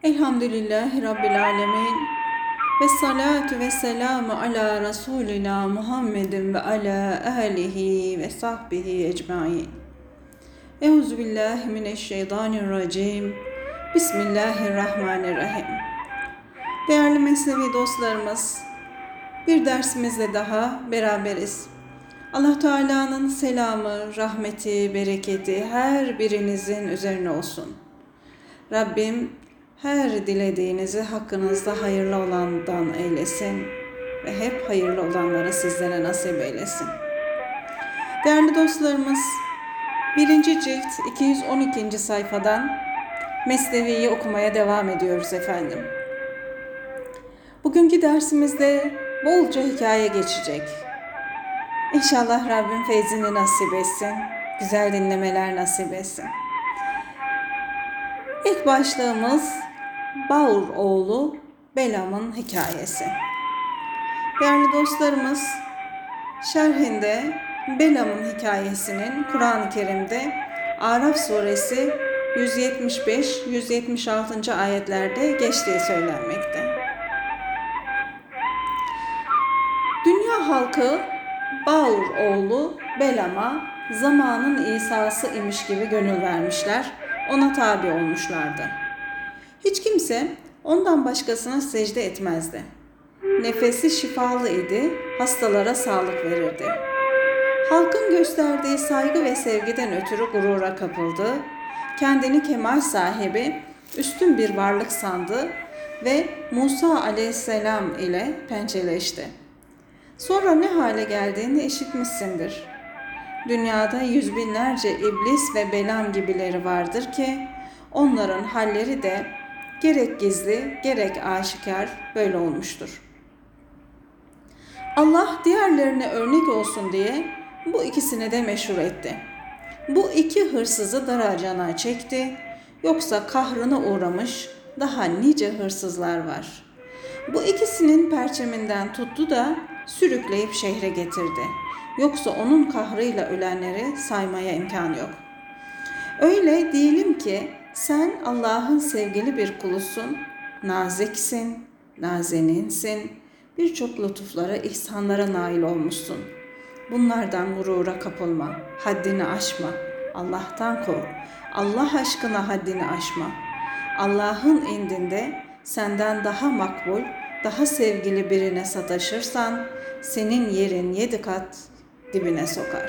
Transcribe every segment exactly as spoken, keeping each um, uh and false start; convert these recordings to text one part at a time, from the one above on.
Elhamdülillahi Rabbil Alemin. Ve salatu ve selamu ala Resulina Muhammedin ve ala alihi ve sahbihi ecmain. Euzubillahimineşşeytanirracim. Bismillahirrahmanirrahim. Değerli Mesnevi dostlarımız, bir dersimizle daha beraberiz. Allah Teala'nın selamı, rahmeti, bereketi her birinizin üzerine olsun. Rabbim her dilediğinizi hakkınızda hayırlı olandan eylesin ve hep hayırlı olanları sizlere nasip eylesin. Değerli dostlarımız, birinci cilt iki yüz on ikinci sayfadan Mesnevi'yi okumaya devam ediyoruz efendim. Bugünkü dersimizde bolca hikaye geçecek. İnşallah Rabbim feyzini nasip etsin, güzel dinlemeler nasip etsin. İlk başlığımız Baur oğlu Belam'ın hikayesi. Değerli dostlarımız, şerhinde Belam'ın hikayesinin Kur'an-ı Kerim'de Araf suresi yüz yetmiş beş yüz yetmiş altı. ayetlerde geçtiği söylenmekte. Dünya halkı Baur oğlu Belam'a zamanın İsa'sı imiş gibi gönül vermişler, ona tabi olmuşlardı. Hiç kimse ondan başkasına secde etmezdi. Nefesi şifalı idi, hastalara sağlık verirdi. Halkın gösterdiği saygı ve sevgiden ötürü gurura kapıldı, kendini kemal sahibi, üstün bir varlık sandı ve Musa aleyhisselam ile pençeleşti. Sonra ne hale geldiğini işitmişsindir. Dünyada yüz binlerce iblis ve Belam gibileri vardır ki, onların halleri de gerek gizli gerek aşikar böyle olmuştur. Allah diğerlerine örnek olsun diye bu ikisini de meşhur etti. Bu iki hırsızı daracana çekti, yoksa kahrına uğramış daha nice hırsızlar var. Bu ikisinin perçeminden tuttu da sürükleyip şehre getirdi. Yoksa onun kahrıyla ölenleri saymaya imkan yok. Öyle diyelim ki sen Allah'ın sevgili bir kulusun, naziksin, nazeninsin, birçok lütuflara, ihsanlara nail olmuşsun. Bunlardan gurura kapılma, haddini aşma, Allah'tan kork, Allah aşkına haddini aşma. Allah'ın indinde senden daha makbul, daha sevgili birine sataşırsan, senin yerin yedi kat dibine sokar.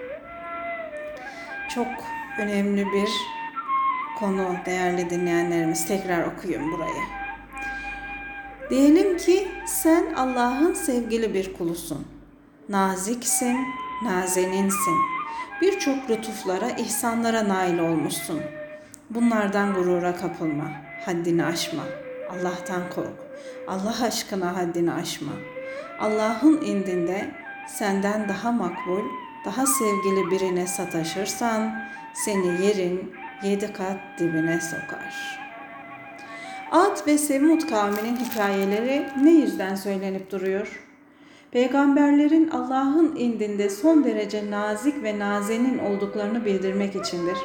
Çok önemli bir konu değerli dinleyenlerimiz. Tekrar okuyayım burayı. Diyelim ki sen Allah'ın sevgili bir kulusun. Naziksin, nazeninsin. Birçok lütuflara, ihsanlara nail olmuşsun. Bunlardan gurura kapılma, haddini aşma. Allah'tan kork. Allah aşkına haddini aşma. Allah'ın indinde senden daha makbul, daha sevgili birine sataşırsan seni yerin yedi kat dibine sokar. Ad ve Semud kavminin hikayeleri ne yüzden söylenip duruyor? Peygamberlerin Allah'ın indinde son derece nazik ve nazenin olduklarını bildirmek içindir.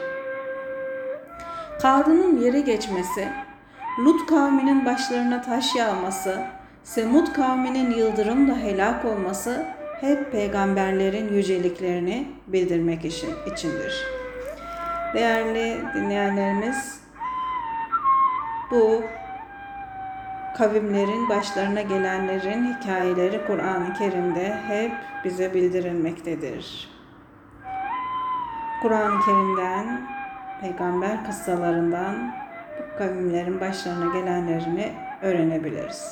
Karun'un yere geçmesi, Lut kavminin başlarına taş yağması, Semud kavminin yıldırımla helak olması hep peygamberlerin yüceliklerini bildirmek için, içindir. Değerli dinleyenlerimiz, bu kavimlerin başlarına gelenlerin hikayeleri Kur'an-ı Kerim'de hep bize bildirilmektedir. Kur'an-ı Kerim'den, peygamber kıssalarından bu kavimlerin başlarına gelenlerini öğrenebiliriz.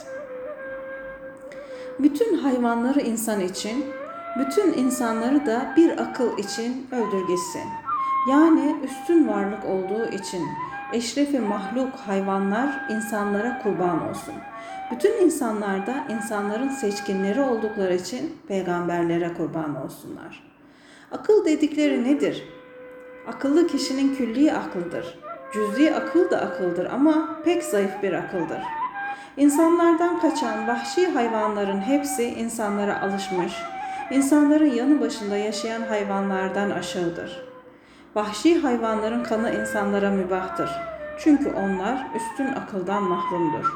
Bütün hayvanları insan için, bütün insanları da bir akıl için öldür gitsin. Yani üstün varlık olduğu için eşrefi mahluk hayvanlar insanlara kurban olsun. Bütün insanlar da insanların seçkinleri oldukları için peygamberlere kurban olsunlar. Akıl dedikleri nedir? Akıllı kişinin külli akıldır. Cüz'i akıl da akıldır ama pek zayıf bir akıldır. İnsanlardan kaçan vahşi hayvanların hepsi insanlara alışmış, insanların yanı başında yaşayan hayvanlardan aşağıdır. Vahşi hayvanların kanı insanlara mübahtır. Çünkü onlar üstün akıldan mahrumdur.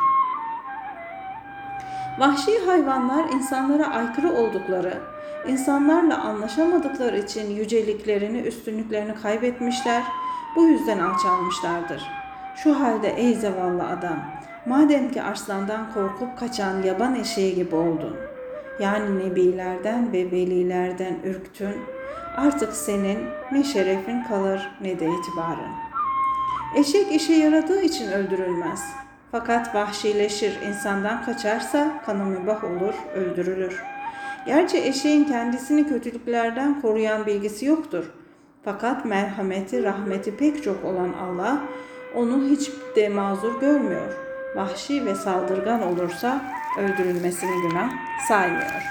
Vahşi hayvanlar insanlara aykırı oldukları, insanlarla anlaşamadıkları için yüceliklerini, üstünlüklerini kaybetmişler, bu yüzden alçalmışlardır. Şu halde ey zavallı adam, madem ki arslandan korkup kaçan yaban eşeği gibi oldun, yani nebilerden ve velilerden ürktün, artık senin ne şerefin kalır ne de itibarın. Eşek işe yaradığı için öldürülmez. Fakat vahşileşir, insandan kaçarsa kanı mübah olur, öldürülür. Gerçi eşeğin kendisini kötülüklerden koruyan bilgisi yoktur. Fakat merhameti, rahmeti pek çok olan Allah onu hiç de mazur görmüyor. Vahşi ve saldırgan olursa öldürülmesini günah saymıyor.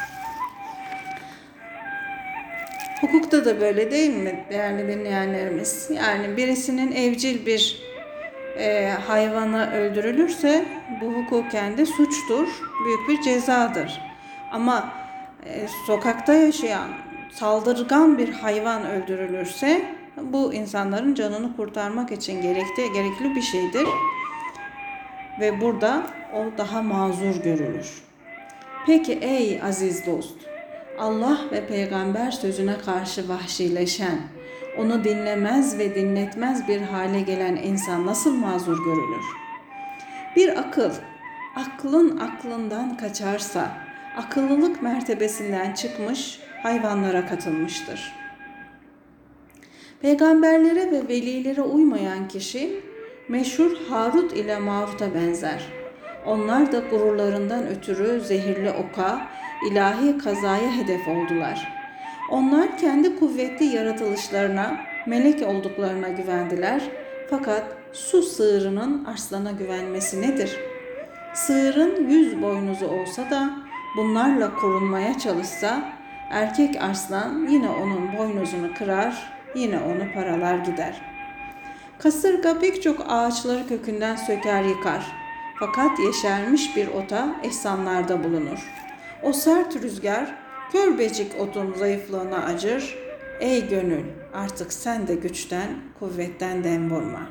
Hukukta da böyle değil mi değerli dinleyenlerimiz? Yani birisinin evcil bir e, hayvanı öldürülürse bu hukuken de suçtur, büyük bir cezadır. Ama e, sokakta yaşayan saldırgan bir hayvan öldürülürse bu insanların canını kurtarmak için gerekli, gerekli bir şeydir. Ve burada o daha mazur görülür. Peki ey aziz dost, Allah ve peygamber sözüne karşı vahşileşen, onu dinlemez ve dinletmez bir hale gelen insan nasıl mazur görülür? Bir akıl, aklın aklından kaçarsa, akıllılık mertebesinden çıkmış, hayvanlara katılmıştır. Peygamberlere ve velilere uymayan kişi, meşhur Harut ile Marut'a benzer. Onlar da gururlarından ötürü zehirli oka, ilahi kazaya hedef oldular. Onlar kendi kuvvetli yaratılışlarına, melek olduklarına güvendiler. Fakat su sığırının arslana güvenmesi nedir? Sığırın yüz boynuzu olsa da bunlarla korunmaya çalışsa, erkek arslan yine onun boynuzunu kırar, yine onu paralar gider. Kasırga pek çok ağaçları kökünden söker yıkar. Fakat yeşermiş bir ota ehsanlarda bulunur. O sert rüzgar, körbecik otun zayıflığına acır. Ey gönül, artık sen de güçten, kuvvetten dem vurma.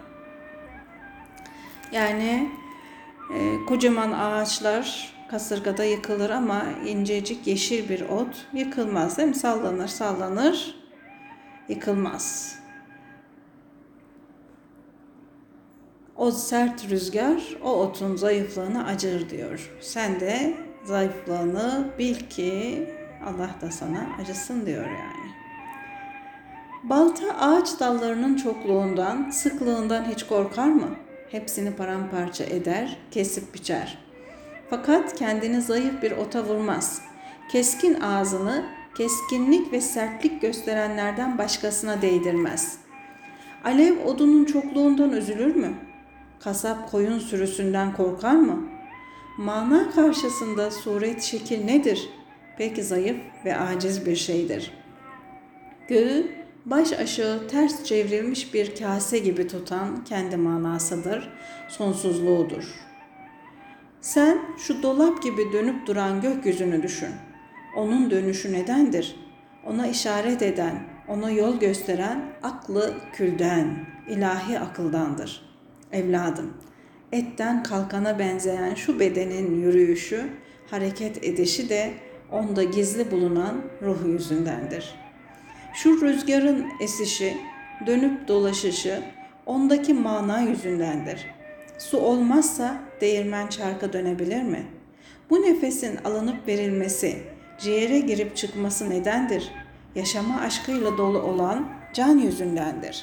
Yani e, kocaman ağaçlar kasırgada yıkılır ama incecik yeşil bir ot yıkılmaz, değil mi? Sallanır sallanır, yıkılmaz. O sert rüzgar o otun zayıflığını acır diyor. Sen de zayıflığını bil ki Allah da sana acısın diyor yani. Balta ağaç dallarının çokluğundan, sıklığından hiç korkar mı? Hepsini paramparça eder, kesip biçer. Fakat kendini zayıf bir ota vurmaz. Keskin ağzını keskinlik ve sertlik gösterenlerden başkasına değdirmez. Alev odunun çokluğundan üzülür mü? Kasap koyun sürüsünden korkar mı? Mana karşısında suret şekil nedir? Pek zayıf ve aciz bir şeydir. Göğü baş aşağı ters çevrilmiş bir kase gibi tutan kendi manasıdır, sonsuzluğudur. Sen şu dolap gibi dönüp duran gökyüzünü düşün. Onun dönüşü nedendir? Ona işaret eden, ona yol gösteren aklı külden, ilahi akıldandır. Evladım, etten kalkana benzeyen şu bedenin yürüyüşü, hareket edişi de onda gizli bulunan ruh yüzündendir. Şu rüzgarın esişi, dönüp dolaşışı ondaki mana yüzündendir. Su olmazsa değirmen çarka dönebilir mi? Bu nefesin alınıp verilmesi, ciğere girip çıkması nedendir? Yaşama aşkıyla dolu olan can yüzündendir.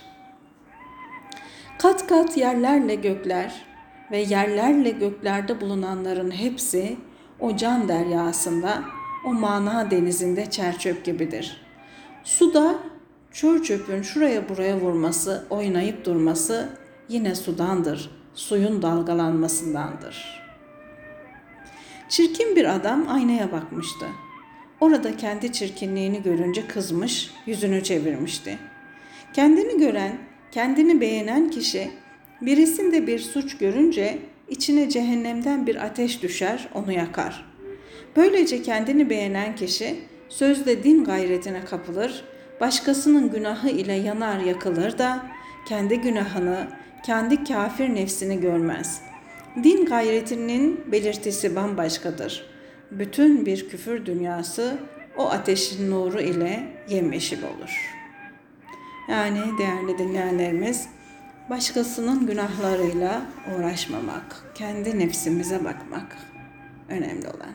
Kat kat yerlerle gökler ve yerlerle göklerde bulunanların hepsi o can deryasında, o mana denizinde çerçöp gibidir. Suda çör çöpün şuraya buraya vurması, oynayıp durması yine sudandır, suyun dalgalanmasındandır. Çirkin bir adam aynaya bakmıştı. Orada kendi çirkinliğini görünce kızmış, yüzünü çevirmişti. Kendini gören, kendini beğenen kişi birisinde bir suç görünce içine cehennemden bir ateş düşer, onu yakar. Böylece kendini beğenen kişi sözde din gayretine kapılır, başkasının günahı ile yanar yakılır da kendi günahını, kendi kafir nefsini görmez. Din gayretinin belirtisi bambaşkadır. Bütün bir küfür dünyası o ateşin nuru ile yemyeşil olur. Yani değerli dinleyenlerimiz, başkasının günahlarıyla uğraşmamak, kendi nefsimize bakmak önemli olan.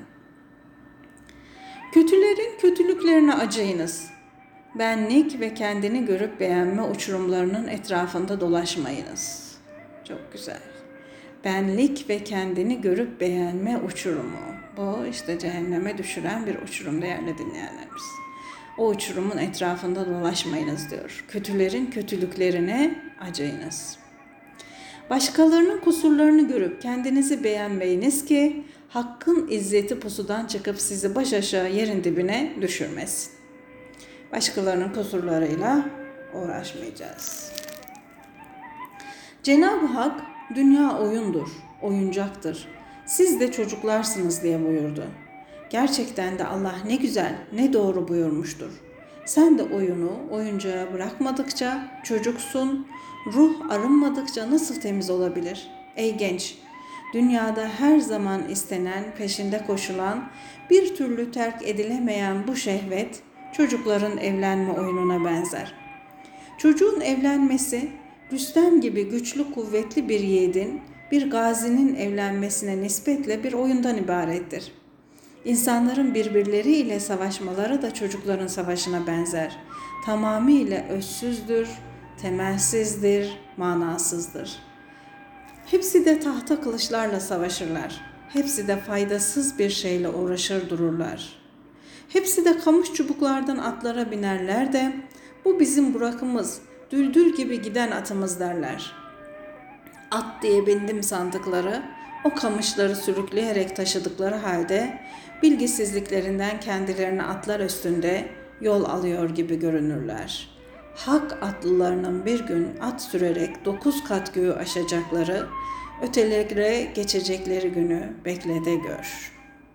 Kötülerin kötülüklerine acıyınız. Benlik ve kendini görüp beğenme uçurumlarının etrafında dolaşmayınız. Çok güzel. Benlik ve kendini görüp beğenme uçurumu. Bu işte cehenneme düşüren bir uçurum değerli dinleyenlerimiz. O uçurumun etrafında dolaşmayınız diyor. Kötülerin kötülüklerine acıyınız. Başkalarının kusurlarını görüp kendinizi beğenmeyiniz ki hakkın izzeti pusudan çıkıp sizi baş aşağı yerin dibine düşürmesin. Başkalarının kusurlarıyla uğraşmayacağız. Cenab-ı Hak dünya oyundur, oyuncaktır. Siz de çocuklarsınız diye buyurdu. Gerçekten de Allah ne güzel, ne doğru buyurmuştur. Sen de oyunu oyuncağa bırakmadıkça çocuksun, ruh arınmadıkça nasıl temiz olabilir? Ey genç, dünyada her zaman istenen, peşinde koşulan, bir türlü terk edilemeyen bu şehvet, çocukların evlenme oyununa benzer. Çocuğun evlenmesi, Rüstem gibi güçlü kuvvetli bir yiğidin, bir gazinin evlenmesine nispetle bir oyundan ibarettir. İnsanların birbirleriyle savaşmaları da çocukların savaşına benzer. Tamamıyla özsüzdür, temelsizdir, manasızdır. Hepsi de tahta kılıçlarla savaşırlar. Hepsi de faydasız bir şeyle uğraşır dururlar. Hepsi de kamış çubuklardan atlara binerler de bu bizim Burak'ımız, düldül gibi giden atımız derler. At diye bindim sandıkları, o kamışları sürükleyerek taşıdıkları halde bilgisizliklerinden kendilerini atlar üstünde yol alıyor gibi görünürler. Hak atlılarının bir gün at sürerek dokuz kat göğü aşacakları, ötelere geçecekleri günü bekle de gör.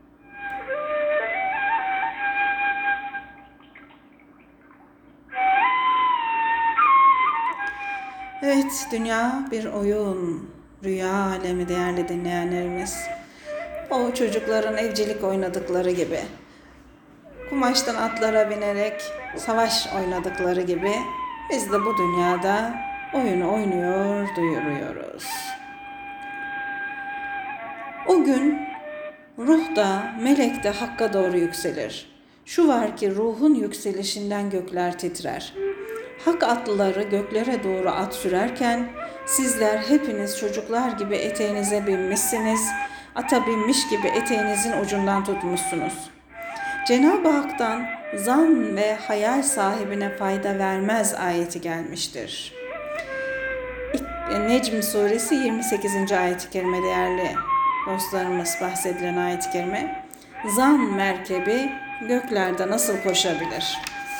Evet, dünya bir oyun, rüya alemi değerli dinleyenlerimiz. O çocukların evcilik oynadıkları gibi, kumaştan atlara binerek savaş oynadıkları gibi biz de bu dünyada oyunu oynuyor, duyuruyoruz. O gün ruh da melek de Hakk'a doğru yükselir. Şu var ki ruhun yükselişinden gökler titrer. Hak atlıları göklere doğru at sürerken sizler hepiniz çocuklar gibi eteğinize binmişsiniz, ata binmiş gibi eteğinizin ucundan tutmuşsunuz. Cenab-ı Hak'tan zan ve hayal sahibine fayda vermez ayeti gelmiştir. Necm suresi yirmi sekizinci ayet-i kerime değerli dostlarımız, bahsedilen ayet-i kerime. Zan merkebi göklerde nasıl koşabilir?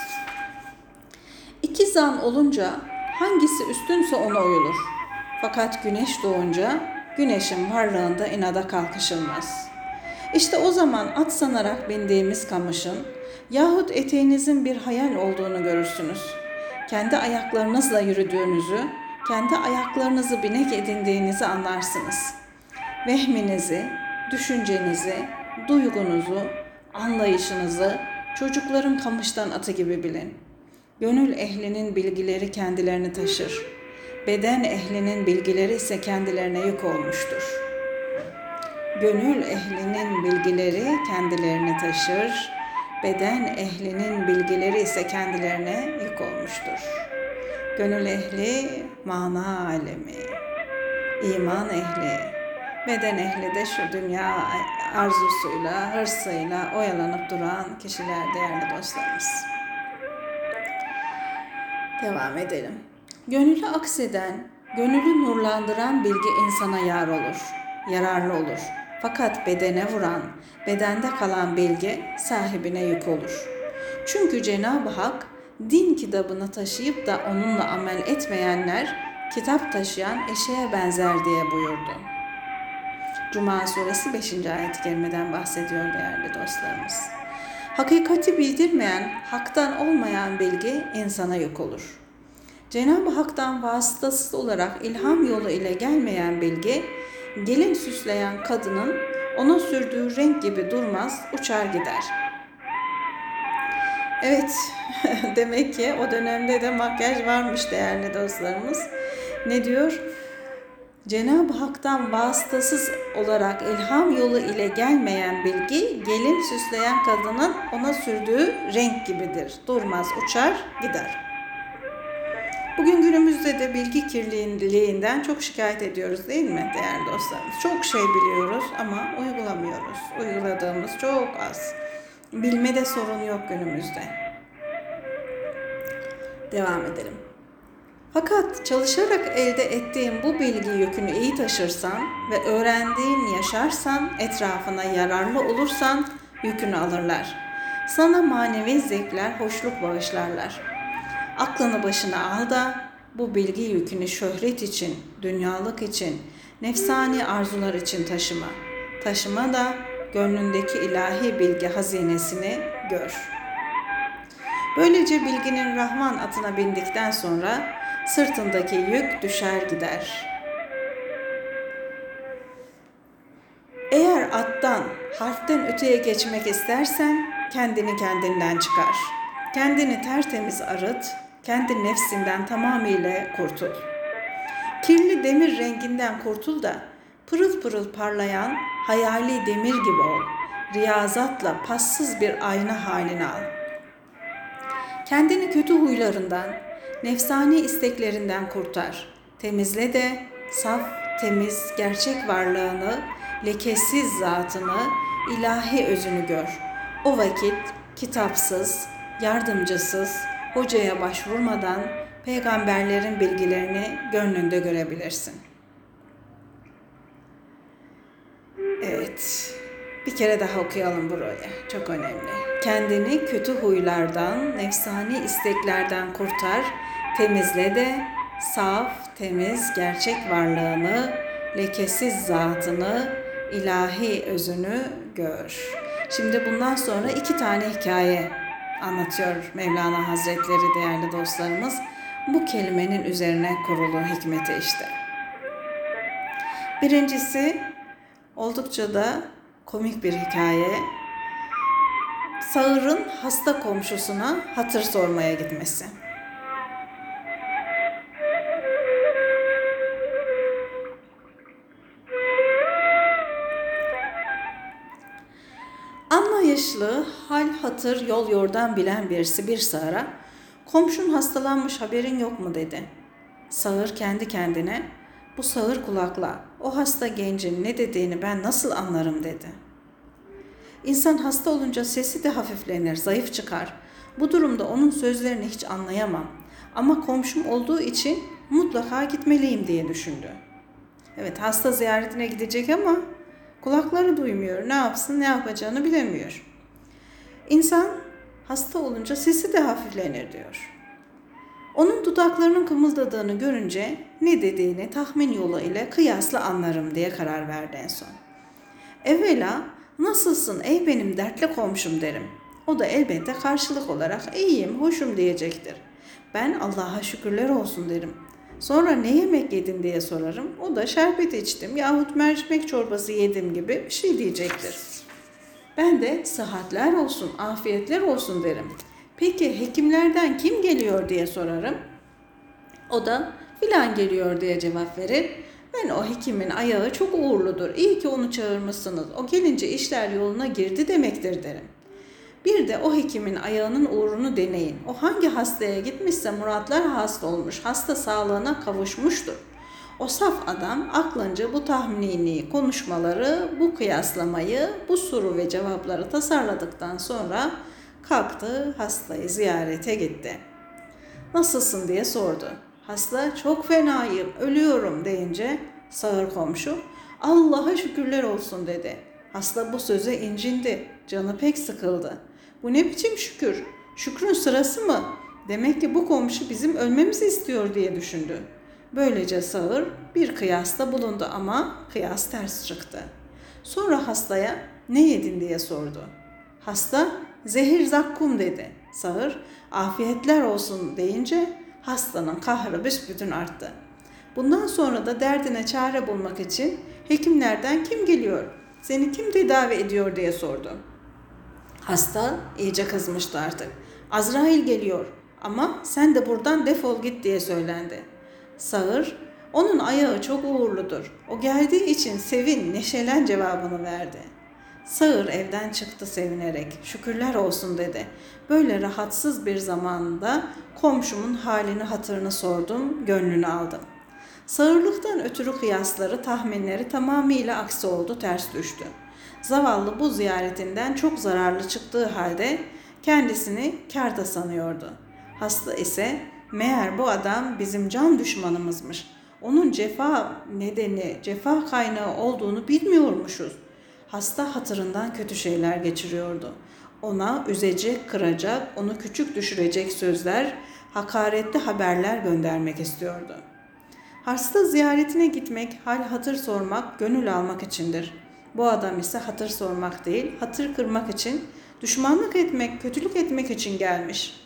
İki zan olunca hangisi üstünse ona uyulur. Fakat güneş doğunca güneşin varlığında inada kalkışılmaz. İşte o zaman at sanarak bindiğimiz kamışın yahut eteğinizin bir hayal olduğunu görürsünüz. Kendi ayaklarınızla yürüdüğünüzü, kendi ayaklarınızı binek edindiğinizi anlarsınız. Vehminizi, düşüncenizi, duygunuzu, anlayışınızı çocukların kamıştan atı gibi bilin. Gönül ehlinin bilgileri kendilerini taşır. Beden ehlinin bilgileri ise kendilerine yük olmuştur. Gönül ehlinin bilgileri kendilerini taşır. Beden ehlinin bilgileri ise kendilerine yük olmuştur. Gönül ehli mana alemi, iman ehli, beden ehli de şu dünya arzusuyla, hırsıyla oyalanıp duran kişiler değerli dostlarımız. Devam edelim. Gönülü akseden, gönülü nurlandıran bilgi insana yar olur, yararlı olur. Fakat bedene vuran, bedende kalan bilgi sahibine yük olur. Çünkü Cenab-ı Hak din kitabını taşıyıp da onunla amel etmeyenler kitap taşıyan eşeğe benzer diye buyurdu. Cuma suresi beşinci ayet-i kerimeden bahsediyor değerli dostlarımız. Hakikati bildirmeyen, haktan olmayan bilgi insana yük olur. Cenab-ı Hak'tan vasıtasız olarak ilham yolu ile gelmeyen bilgi, gelin süsleyen kadının ona sürdüğü renk gibi durmaz, uçar gider. Evet, demek ki o dönemde de makyaj varmış değerli dostlarımız. Ne diyor? Cenab-ı Hak'tan vasıtasız olarak ilham yolu ile gelmeyen bilgi, gelin süsleyen kadının ona sürdüğü renk gibidir. Durmaz, uçar, gider. Bugün günümüzde de bilgi kirliliğinden çok şikayet ediyoruz değil mi değerli dostlarımız? Çok şey biliyoruz ama uygulamıyoruz. Uyguladığımız çok az. Bilmede sorun yok günümüzde. Devam edelim. Fakat çalışarak elde ettiğin bu bilgi yükünü iyi taşırsan ve öğrendiğin yaşarsan, etrafına yararlı olursan yükünü alırlar. Sana manevi zevkler, hoşluk bağışlarlar. Aklını başına al da bu bilgi yükünü şöhret için, dünyalık için, nefsani arzular için taşıma. Taşıma da gönlündeki ilahi bilgi hazinesini gör. Böylece bilginin Rahman atına bindikten sonra sırtındaki yük düşer gider. Eğer attan, harften öteye geçmek istersen kendini kendinden çıkar. Kendini tertemiz arıt, kendi nefsinden tamamıyla kurtul. Kirli demir renginden kurtul da pırıl pırıl parlayan hayali demir gibi ol. Riyazatla passız bir ayna haline al. Kendini kötü huylarından, nefsani isteklerinden kurtar. Temizle de saf, temiz, gerçek varlığını, lekesiz zatını, ilahi özünü gör. O vakit kitapsız, yardımcısız, hocaya başvurmadan peygamberlerin bilgilerini gönlünde görebilirsin. Evet, bir kere daha okuyalım burayı. Çok önemli. Kendini kötü huylardan, nefsani isteklerden kurtar, temizle de saf, temiz, gerçek varlığını, lekesiz zatını, ilahi özünü gör. Şimdi bundan sonra iki tane hikaye anlatıyor Mevlana Hazretleri değerli dostlarımız. Bu kelimenin üzerine kurulu hikmeti işte. Birincisi oldukça da komik bir hikaye. Sağırın hasta komşusuna hatır sormaya gitmesi. Anlayışlı, hal hatır, yol yordan bilen birisi bir sağıra, "Komşun hastalanmış, haberin yok mu?" dedi. Sağır kendi kendine, "Bu sağır kulakla o hasta gencin ne dediğini ben nasıl anlarım?" dedi. İnsan hasta olunca sesi de hafiflenir, zayıf çıkar. Bu durumda onun sözlerini hiç anlayamam. Ama komşum olduğu için mutlaka gitmeliyim diye düşündü. Evet, hasta ziyaretine gidecek ama kulakları duymuyor. Ne yapsın, ne yapacağını bilemiyor. İnsan hasta olunca sesi de hafiflenir diyor. Onun dudaklarının kımıldadığını görünce ne dediğini tahmin yolu ile kıyasla anlarım diye karar verdi en son. Evvela "Nasılsın ey benim dertli komşum?" derim. O da elbette karşılık olarak "İyiyim, hoşum" diyecektir. Ben "Allah'a şükürler olsun" derim. Sonra "Ne yemek yedin?" diye sorarım. O da "Şerbet içtim yahut mercimek çorbası yedim" gibi bir şey diyecektir. Ben de "Sıhhatler olsun, afiyetler olsun" derim. "Peki hekimlerden kim geliyor?" diye sorarım. O da "Filan geliyor" diye cevap verir. Ben "O hekimin ayağı çok uğurludur. İyi ki onu çağırmışsınız. O gelince işler yoluna girdi demektir" derim. Bir de "O hekimin ayağının uğrunu deneyin. O hangi hastaya gitmişse muratlar hasıl olmuş, hasta sağlığına kavuşmuştur." O saf adam aklınca bu tahmini konuşmaları, bu kıyaslamayı, bu soru ve cevapları tasarladıktan sonra kalktı, hastayı ziyarete gitti. "Nasılsın?" diye sordu. Hasta "Çok fenayım, ölüyorum" deyince sağır komşu "Allah'a şükürler olsun" dedi. Hasta bu söze incindi, canı pek sıkıldı. "Bu ne biçim şükür? Şükrün sırası mı? Demek ki bu komşu bizim ölmemizi istiyor" diye düşündü. Böylece sağır bir kıyasta bulundu ama kıyas ters çıktı. Sonra hastaya "Ne yedin?" diye sordu. Hasta "Zehir zakkum" dedi. Sağır "Afiyetler olsun" deyince Hastanın kahrı büsbütün arttı. Bundan sonra da derdine çare bulmak için hekimlerden kim geliyor, seni kim tedavi ediyor diye sordu. Hasta iyice kızmıştı artık. Azrail geliyor ama sen de buradan defol git diye söylendi. Sağır, onun ayağı çok uğurludur. O geldiği için sevin, neşelen cevabını verdi. Sağır evden çıktı sevinerek. Şükürler olsun dedi. Böyle rahatsız bir zamanda komşumun halini hatırını sordum, gönlünü aldım. Sağırlıktan ötürü kıyasları, tahminleri tamamıyla aksi oldu, ters düştü. Zavallı bu ziyaretinden çok zararlı çıktığı halde kendisini kârda sanıyordu. Hasta ise meğer bu adam bizim can düşmanımızmış. Onun cefa nedeni, cefa kaynağı olduğunu bilmiyormuşuz. Hasta hatırından kötü şeyler geçiriyordu. Ona üzecek, kıracak, onu küçük düşürecek sözler, hakaretli haberler göndermek istiyordu. Hasta ziyaretine gitmek, hal hatır sormak, gönül almak içindir. Bu adam ise hatır sormak değil, hatır kırmak için, düşmanlık etmek, kötülük etmek için gelmiş.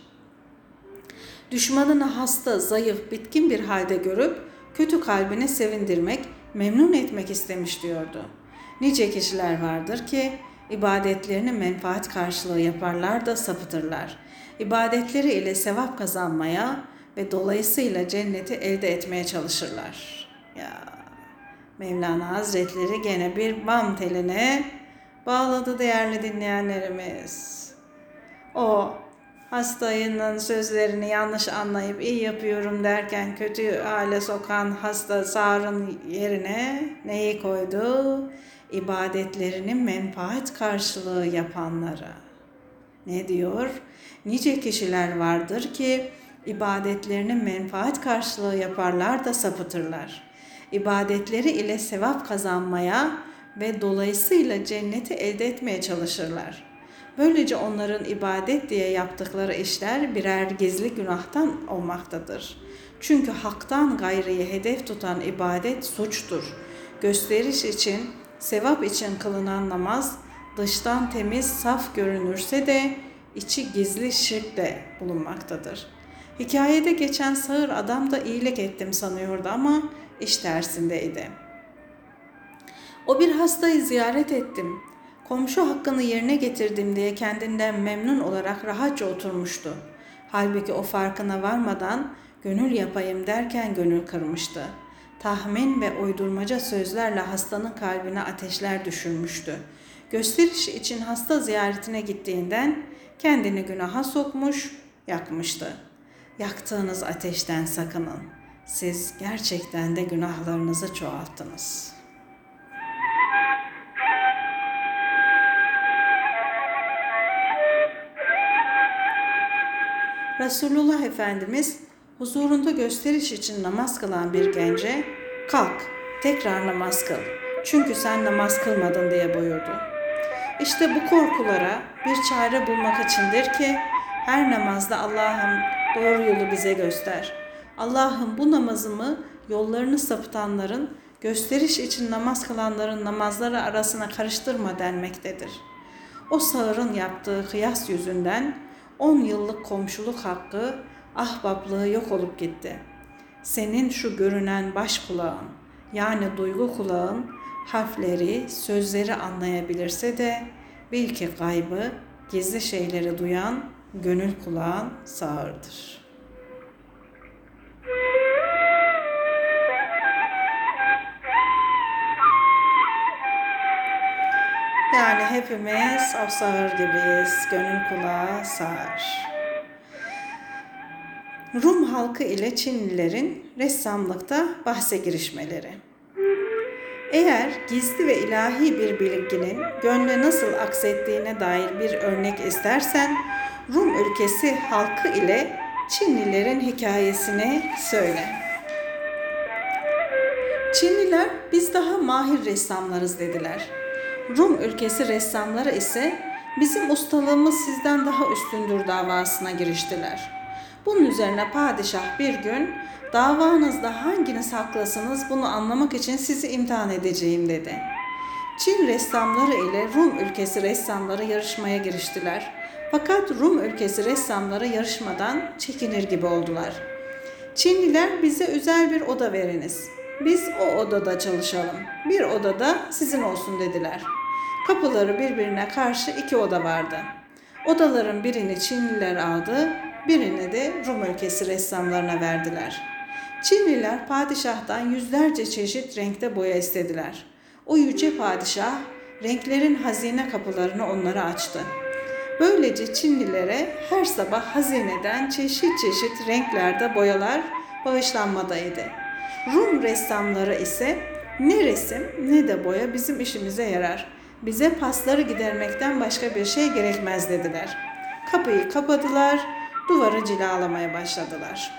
Düşmanını hasta, zayıf, bitkin bir halde görüp kötü kalbini sevindirmek, memnun etmek istemiş diyordu. Nice kişiler vardır ki ibadetlerini menfaat karşılığı yaparlar da sapıtırlar. İbadetleri ile sevap kazanmaya ve dolayısıyla cenneti elde etmeye çalışırlar. Ya Mevlana Hazretleri gene bir bam teline bağladı değerli dinleyenlerimiz. O hastanın sözlerini yanlış anlayıp iyi yapıyorum derken kötü hale sokan hasta sağırın yerine neyi koydu? İbadetlerini menfaat karşılığı yapanlara. Ne diyor? Nice kişiler vardır ki ibadetlerini menfaat karşılığı yaparlar da sapıtırlar. İbadetleri ile sevap kazanmaya ve dolayısıyla cenneti elde etmeye çalışırlar. Böylece onların ibadet diye yaptıkları işler birer gizli günahtan olmaktadır. Çünkü haktan gayrıyı hedef tutan ibadet suçtur. Gösteriş için, sevap için kılınan namaz dıştan temiz, saf görünürse de içi gizli şirkle bulunmaktadır. Hikayede geçen sağır adam da iyilik ettim sanıyordu ama iş tersindeydi. O bir hastayı ziyaret ettim, komşu hakkını yerine getirdim diye kendinden memnun olarak rahatça oturmuştu. Halbuki o farkına varmadan gönül yapayım derken gönül kırmıştı. Tahmin ve uydurmaca sözlerle hastanın kalbine ateşler düşürmüştü. Gösteriş için hasta ziyaretine gittiğinden kendini günaha sokmuş, yakmıştı. Yaktığınız ateşten sakının. Siz gerçekten de günahlarınızı çoğalttınız. Resulullah Efendimiz huzurunda gösteriş için namaz kılan bir gence kalk tekrar namaz kıl çünkü sen namaz kılmadın diye buyurdu. İşte bu korkulara bir çare bulmak içindir ki her namazda Allah'ım doğru yolu bize göster. Allah'ım bu namazımı yollarını sapıtanların, gösteriş için namaz kılanların namazları arasına karıştırma denmektedir. O sağırın yaptığı kıyas yüzünden on yıllık komşuluk hakkı, ahbaplığı yok olup gitti. Senin şu görünen baş kulağın, yani duygu kulağın, harfleri, sözleri anlayabilirse de bil ki gaybı, gizli şeyleri duyan gönül kulağın sağırdır. Yani hepimiz o sağır gibiyiz, gönül kulağı sağır. Rum halkı ile Çinlilerin ressamlıkta bahse girişmeleri. Eğer gizli ve ilahi bir bilginin gönle nasıl aksettiğine dair bir örnek istersen, Rum ülkesi halkı ile Çinlilerin hikayesini söyle. Çinliler biz daha mahir ressamlarız dediler. Rum ülkesi ressamları ise bizim ustalığımız sizden daha üstündür davasına giriştiler. Bunun üzerine padişah bir gün davanızda hanginiz haklısınız bunu anlamak için sizi imtihan edeceğim dedi. Çin ressamları ile Rum ülkesi ressamları yarışmaya giriştiler. Fakat Rum ülkesi ressamları yarışmadan çekinir gibi oldular. Çinliler bize özel bir oda veriniz. Biz o odada çalışalım. Bir odada sizin olsun dediler. Kapıları birbirine karşı iki oda vardı. Odaların birini Çinliler aldı, birini de Rum ülkesi ressamlarına verdiler. Çinliler padişahtan yüzlerce çeşit renkte boya istediler. O yüce padişah renklerin hazine kapılarını onlara açtı. Böylece Çinlilere her sabah hazineden çeşit çeşit renklerde boyalar bağışlanmadaydı. Rum ressamları ise ne resim ne de boya bizim işimize yarar. Bize pasları gidermekten başka bir şey gerekmez dediler. Kapıyı kapadılar, duvarı cilalamaya başladılar.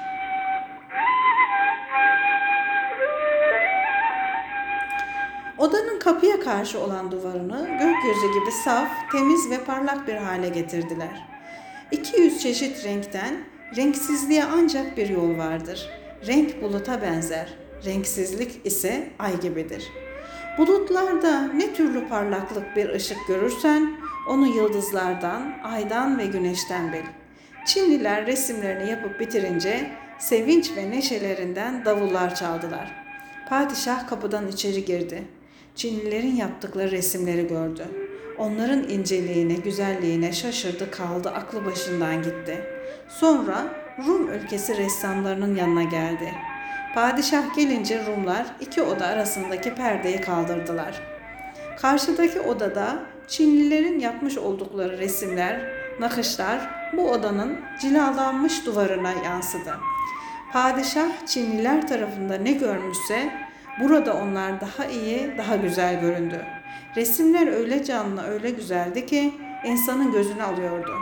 Odanın kapıya karşı olan duvarını gökyüzü gibi saf, temiz ve parlak bir hale getirdiler. iki yüz çeşit renkten renksizliğe ancak bir yol vardır. Renk buluta benzer, renksizlik ise ay gibidir. Bulutlarda ne türlü parlaklık bir ışık görürsen, onu yıldızlardan, aydan ve güneşten bil. Çinliler resimlerini yapıp bitirince sevinç ve neşelerinden davullar çaldılar. Padişah kapıdan içeri girdi. Çinlilerin yaptıkları resimleri gördü. Onların inceliğine, güzelliğine şaşırdı kaldı, aklı başından gitti. Sonra Rum ülkesi ressamlarının yanına geldi. Padişah gelince Rumlar iki oda arasındaki perdeyi kaldırdılar. Karşıdaki odada Çinlilerin yapmış oldukları resimler, nakışlar bu odanın cilalanmış duvarına yansıdı. Padişah Çinliler tarafında ne görmüşse burada onlar daha iyi, daha güzel göründü. Resimler öyle canlı, öyle güzeldi ki insanın gözünü alıyordu.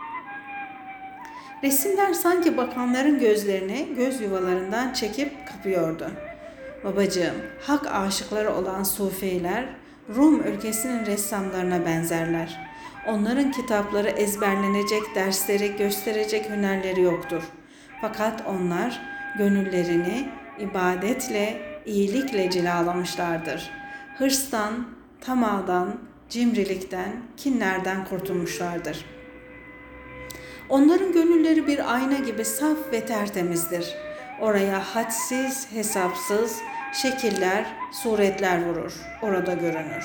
Resimler sanki bakanların gözlerini göz yuvalarından çekip kapıyordu. Babacığım, hak aşıkları olan sufiler Rum ülkesinin ressamlarına benzerler. Onların kitapları ezberlenecek, dersleri gösterecek hünerleri yoktur. Fakat onlar gönüllerini ibadetle, iyilikle cilalamışlardır. Hırstan, tamadan, cimrilikten, kinlerden kurtulmuşlardır. Onların gönülleri bir ayna gibi saf ve tertemizdir. Oraya hadsiz, hesapsız şekiller, suretler vurur. Orada görünür.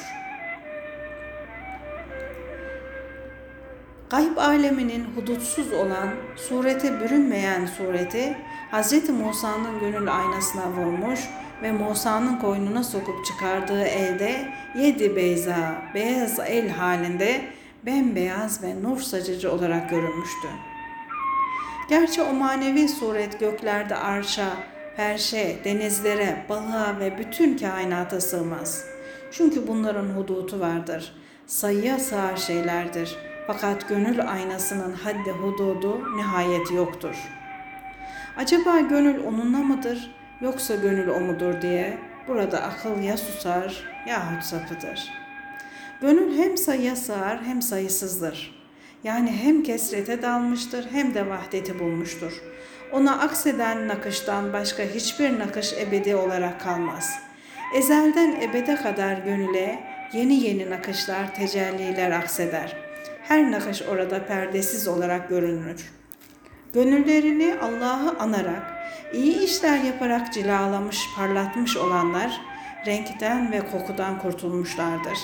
Gayb aleminin hudutsuz olan, surete bürünmeyen sureti, Hz. Musa'nın gönül aynasına vurmuş ve Musa'nın koynuna sokup çıkardığı elde yedi beyza, beyaz el halinde bembeyaz ve nur saçıcı olarak görünmüştü. Gerçi o manevi suret göklerde arşa, perşe, denizlere, balığa ve bütün kainata sığmaz. Çünkü bunların hudutu vardır. Sayıya sığar şeylerdir. Fakat gönül aynasının haddi hududu nihayeti yoktur. Acaba gönül onunla mıdır yoksa gönül o mudur diye burada akıl ya susar yahut sapıtır. Gönül hem sayıya sığar hem sayısızdır. Yani hem kesrete dalmıştır hem de vahdeti bulmuştur. Ona akseden nakıştan başka hiçbir nakış ebedi olarak kalmaz. Ezelden ebede kadar gönüle yeni yeni nakışlar, tecelliler akseder. Her nakış orada perdesiz olarak görünür. Gönüllerini Allah'ı anarak, iyi işler yaparak cilalamış, parlatmış olanlar renkten ve kokudan kurtulmuşlardır.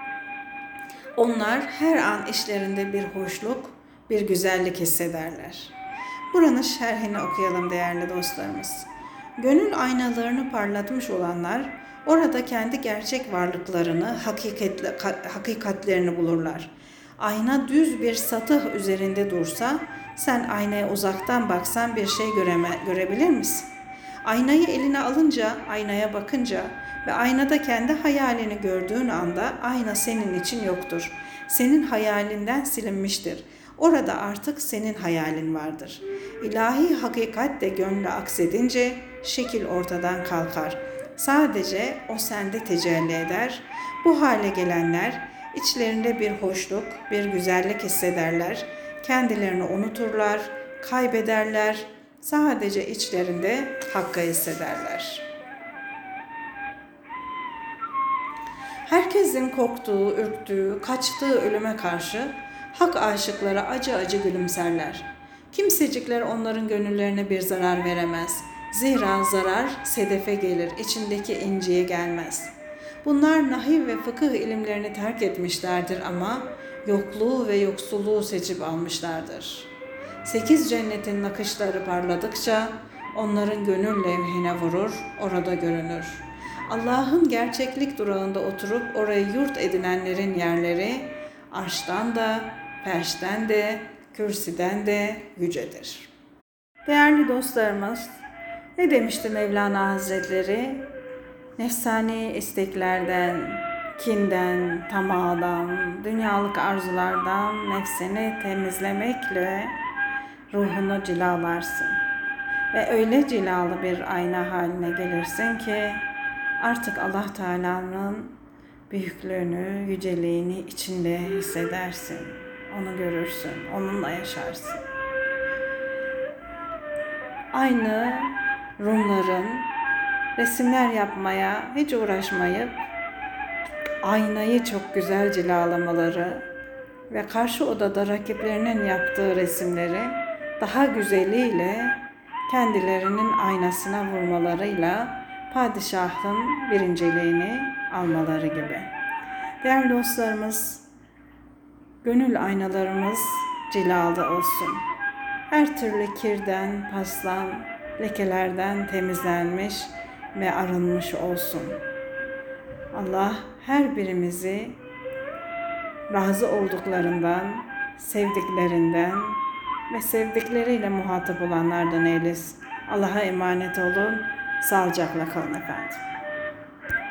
Onlar her an işlerinde bir hoşluk, bir güzellik hissederler. Buranın şerhini okuyalım değerli dostlarımız. Gönül aynalarını parlatmış olanlar orada kendi gerçek varlıklarını, hakikatlerini bulurlar. Ayna düz bir satıh üzerinde dursa, sen aynaya uzaktan baksan bir şey göreme, görebilir misin? Aynayı eline alınca, aynaya bakınca ve aynada kendi hayalini gördüğün anda ayna senin için yoktur. Senin hayalinden silinmiştir. Orada artık senin hayalin vardır. İlahi hakikat de gönlü aksedince şekil ortadan kalkar. Sadece o sende tecelli eder. Bu hale gelenler içlerinde bir hoşluk, bir güzellik hissederler. Kendilerini unuturlar, kaybederler. Sadece içlerinde hakkı hissederler. Herkesin korktuğu, ürktüğü, kaçtığı ölüme karşı hak aşıkları acı acı gülümserler. Kimsecikler onların gönüllerine bir zarar veremez. Zira zarar sedefe gelir, içindeki inciye gelmez. Bunlar nahiv ve fıkıh ilimlerini terk etmişlerdir ama yokluğu ve yoksulluğu seçip almışlardır. Sekiz cennetin nakışları parladıkça onların gönül levhine vurur, orada görünür. Allah'ın gerçeklik durağında oturup orayı yurt edinenlerin yerleri arştan da, ferşten de, kürsiden de yücedir. Değerli dostlarımız, ne demişti Mevlana Hazretleri? Nefsani isteklerden, kinden, tamadan, dünyalık arzulardan nefsini temizlemekle ruhunu cilalarsın. Ve öyle cilalı bir ayna haline gelirsin ki artık Allah Teala'nın büyüklüğünü, yüceliğini içinde hissedersin. Onu görürsün, onunla yaşarsın. Aynı Rumların resimler yapmaya hiç uğraşmayıp aynayı çok güzel cilalamaları ve karşı odada rakiplerinin yaptığı resimleri daha güzeliyle kendilerinin aynasına vurmalarıyla padişahın birinciliğini almaları gibi. Değerli dostlarımız, gönül aynalarımız cilalı olsun. Her türlü kirden, paslan, lekelerden temizlenmiş ve arınmış olsun. Allah her birimizi razı olduklarından, sevdiklerinden ve sevdikleriyle muhatap olanlardan eylesin. Allah'a emanet olun, sağlıcakla kalın efendim.